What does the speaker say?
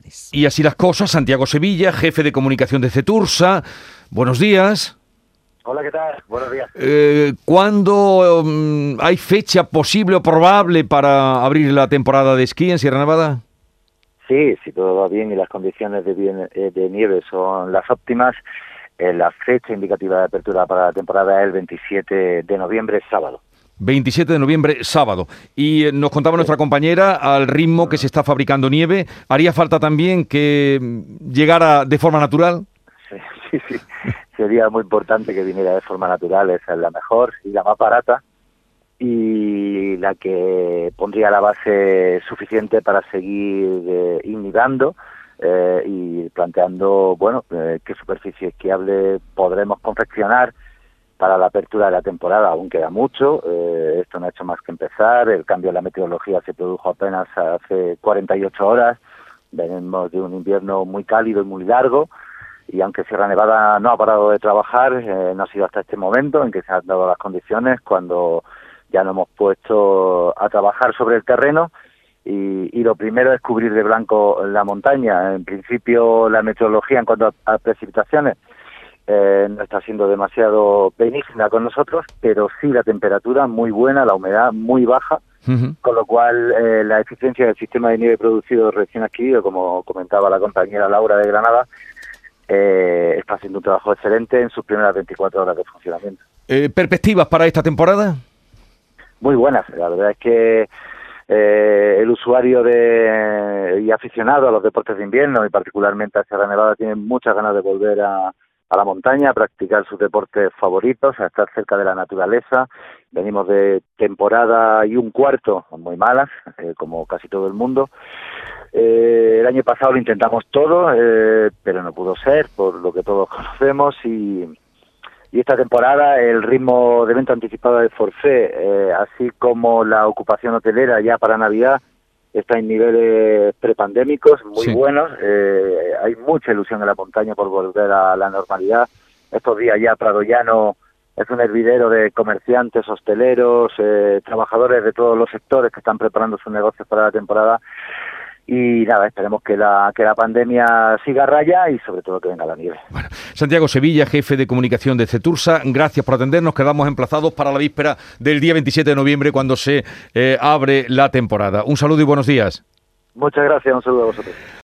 actividades. Y así las cosas, Santiago Sevilla, jefe de comunicación de Cetursa. Buenos días. Hola, ¿qué tal? Buenos días. ¿Cuándo hay fecha posible o probable para abrir la temporada de esquí en Sierra Nevada? Sí, si todo va bien y las condiciones de nieve son las óptimas, la fecha indicativa de apertura para la temporada es el 27 de noviembre, sábado. 27 de noviembre, sábado. Y nos contaba nuestra compañera, al ritmo que se está fabricando nieve, ¿haría falta también que llegara de forma natural? Sí. Sería muy importante que viniera de forma natural, esa es la mejor y la más barata y la que pondría la base suficiente para seguir innivando y planteando, qué superficie esquiable podremos confeccionar para la apertura de la temporada. Aún queda mucho, esto no ha hecho más que empezar, el cambio en la meteorología se produjo apenas hace 48 horas, venimos de un invierno muy cálido y muy largo, y aunque Sierra Nevada no ha parado de trabajar, no ha sido hasta este momento en que se han dado las condiciones cuando ya nos hemos puesto a trabajar sobre el terreno y lo primero es cubrir de blanco la montaña. En principio la meteorología en cuanto a precipitaciones no está siendo demasiado benigna con nosotros, pero sí la temperatura muy buena, la humedad muy baja, con lo cual la eficiencia del sistema de nieve producido recién adquirido, como comentaba la compañera Laura de Granada, está haciendo un trabajo excelente en sus primeras 24 horas de funcionamiento. ¿Perspectivas para esta temporada? Muy buenas, la verdad es que el usuario y aficionado a los deportes de invierno y particularmente a Sierra Nevada tiene muchas ganas de volver a la montaña, a practicar sus deportes favoritos, a estar cerca de la naturaleza. Venimos de temporada y un cuarto muy malas, como casi todo el mundo. El año pasado lo intentamos todo, pero no pudo ser, por lo que todos conocemos, y esta temporada el ritmo de venta anticipada de forfait, así como la ocupación hotelera ya para Navidad, está en niveles prepandémicos muy buenos. Hay mucha ilusión en la montaña por volver a la normalidad. Estos días ya Prado Llano es un hervidero de comerciantes, hosteleros, trabajadores de todos los sectores que están preparando sus negocios para la temporada. Y nada, esperemos que la pandemia siga a raya y sobre todo que venga la nieve. Bueno, Santiago Sevilla, jefe de comunicación de Cetursa, gracias por atendernos. Quedamos emplazados para la víspera del día 27 de noviembre cuando se abre la temporada. Un saludo y buenos días. Muchas gracias, un saludo a vosotros.